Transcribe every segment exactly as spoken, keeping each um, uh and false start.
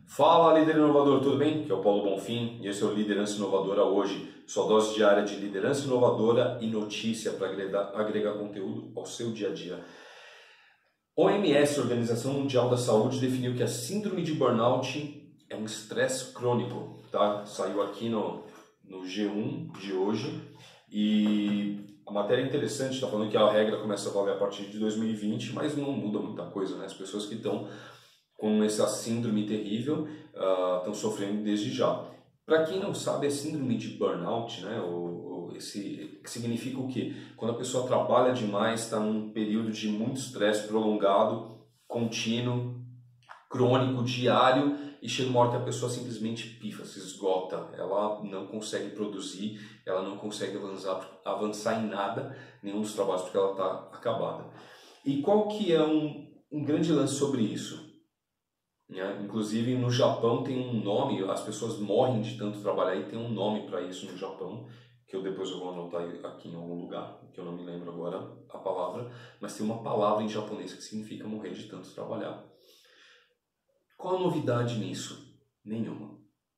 Fala, líder inovador, tudo bem? Aqui é o Paulo Bonfim e esse é o Liderança Inovadora hoje, sua dose diária de liderança inovadora e notícia para agregar, agregar conteúdo ao seu dia a dia. O M S, Organização Mundial da Saúde, definiu que a síndrome de burnout é um estresse crônico, tá? Saiu aqui no, no G um de hoje e a matéria é interessante, está falando que a regra começa a valer a partir de dois mil e vinte, mas não muda muita coisa, né? As pessoas que estão com essa síndrome terrível uh, estão sofrendo desde já. Para quem não sabe, a síndrome de burnout, né, ou, ou esse, que significa o quê? Quando a pessoa trabalha demais, está num período de muito estresse prolongado, contínuo, crônico, diário, e chega uma hora que a pessoa simplesmente pifa, se esgota, ela não consegue produzir, ela não consegue avançar, avançar em nada, nenhum dos trabalhos, porque ela está acabada. E qual que é um, um grande lance sobre isso? Né? Inclusive no Japão tem um nome, as pessoas morrem de tanto trabalhar e tem um nome para isso no Japão, que eu depois eu vou anotar aqui em algum lugar, que eu não me lembro agora a palavra, mas tem uma palavra em japonês que significa morrer de tanto trabalhar. Qual a novidade nisso? Nenhuma.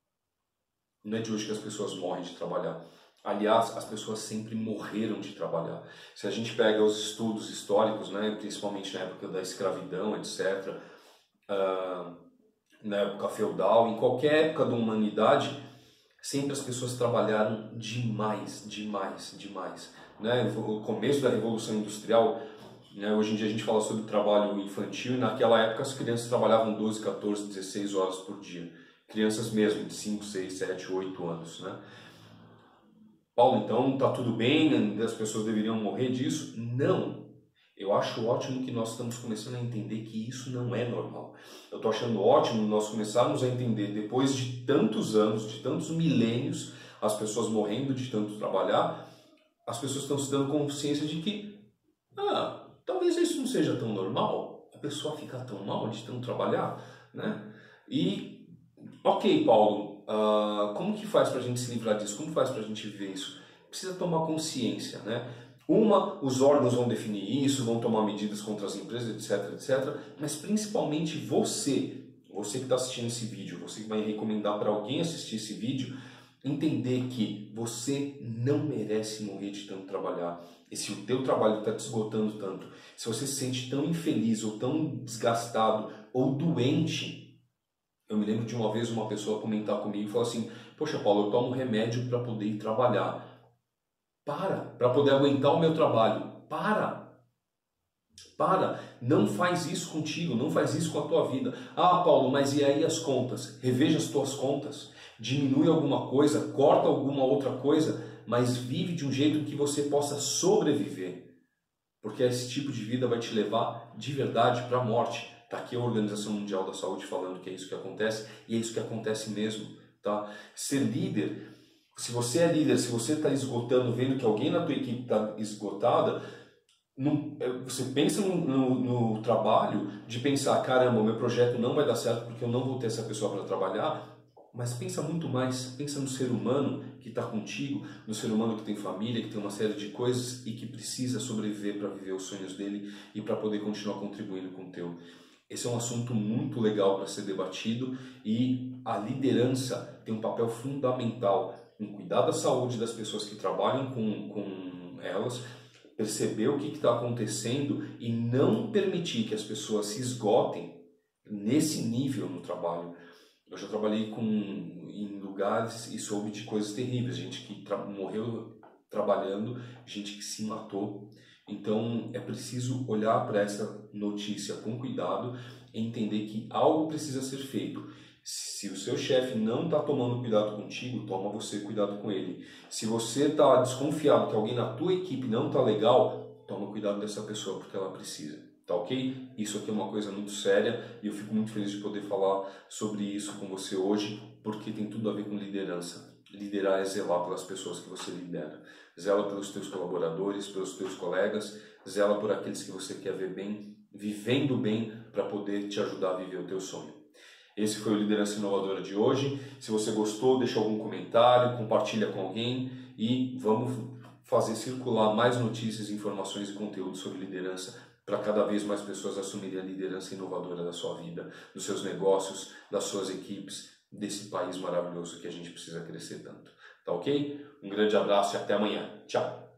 Não é de hoje que as pessoas morrem de trabalhar. Aliás, as pessoas sempre morreram de trabalhar. Se a gente pega os estudos históricos, né, principalmente na época da escravidão, etcétera, Uh, na época feudal, em qualquer época da humanidade, sempre as pessoas trabalharam demais, demais, demais. Né? O começo da Revolução Industrial, né? Hoje em dia a gente fala sobre trabalho infantil, e naquela época as crianças trabalhavam doze, quatorze, dezesseis horas por dia. Crianças mesmo, de cinco, seis, sete, oito anos. Né? Paulo, então está tudo bem, as pessoas deveriam morrer disso? Não. Eu acho ótimo que nós estamos começando a entender que isso não é normal. Eu estou achando ótimo nós começarmos a entender, depois de tantos anos, de tantos milênios, as pessoas morrendo de tanto trabalhar, as pessoas estão se dando consciência de que, ah, talvez isso não seja tão normal, a pessoa ficar tão mal de tanto trabalhar, né? E, ok, Paulo, uh, como que faz para a gente se livrar disso? Como faz para a gente ver isso? Precisa tomar consciência, né? Uma, os órgãos vão definir isso, vão tomar medidas contra as empresas, etc, etcétera. Mas principalmente você, você que está assistindo esse vídeo, você que vai recomendar para alguém assistir esse vídeo, entender que você não merece morrer de tanto trabalhar. E se o teu trabalho está te esgotando tanto, se você se sente tão infeliz ou tão desgastado ou doente, eu me lembro de uma vez uma pessoa comentar comigo e falar assim, poxa Paulo, eu tomo remédio para poder ir trabalhar. Para, para poder aguentar o meu trabalho. Para. Para. Não faz isso contigo, não faz isso com a tua vida. Ah, Paulo, mas e aí as contas? Reveja as tuas contas. Diminui alguma coisa, corta alguma outra coisa, mas vive de um jeito que você possa sobreviver. Porque esse tipo de vida vai te levar de verdade para a morte. Está aqui a Organização Mundial da Saúde falando que é isso que acontece, e é isso que acontece mesmo. Tá? Ser líder... Se você é líder, se você está esgotando, vendo que alguém na tua equipe está esgotada, não, você pensa no, no, no trabalho de pensar, caramba, o meu projeto não vai dar certo porque eu não vou ter essa pessoa para trabalhar, mas pensa muito mais, pensa no ser humano que está contigo, no ser humano que tem família, que tem uma série de coisas e que precisa sobreviver para viver os sonhos dele e para poder continuar contribuindo com o teu. Esse é um assunto muito legal para ser debatido e a liderança tem um papel fundamental em cuidar da saúde das pessoas que trabalham com, com elas, perceber o que está acontecendo e não permitir que as pessoas se esgotem nesse nível no trabalho. Eu já trabalhei com, em lugares e soube de coisas terríveis, gente que tra morreu trabalhando, gente que se matou. Então é preciso olhar para essa notícia com cuidado e entender que algo precisa ser feito. Se o seu chefe não está tomando cuidado contigo, toma você cuidado com ele. Se você está desconfiado que alguém na tua equipe não está legal, toma cuidado dessa pessoa porque ela precisa. Tá ok? Isso aqui é uma coisa muito séria e eu fico muito feliz de poder falar sobre isso com você hoje, porque tem tudo a ver com liderança. Liderar é zelar pelas pessoas que você lidera. Zela pelos teus colaboradores, pelos teus colegas, zela por aqueles que você quer ver bem, vivendo bem para poder te ajudar a viver o teu sonho. Esse foi o Liderança Inovadora de hoje. Se você gostou, deixa algum comentário, compartilha com alguém e vamos fazer circular mais notícias, informações e conteúdo sobre liderança para cada vez mais pessoas assumirem a liderança inovadora da sua vida, dos seus negócios, das suas equipes, desse país maravilhoso que a gente precisa crescer tanto. Tá ok? Um grande abraço e até amanhã. Tchau!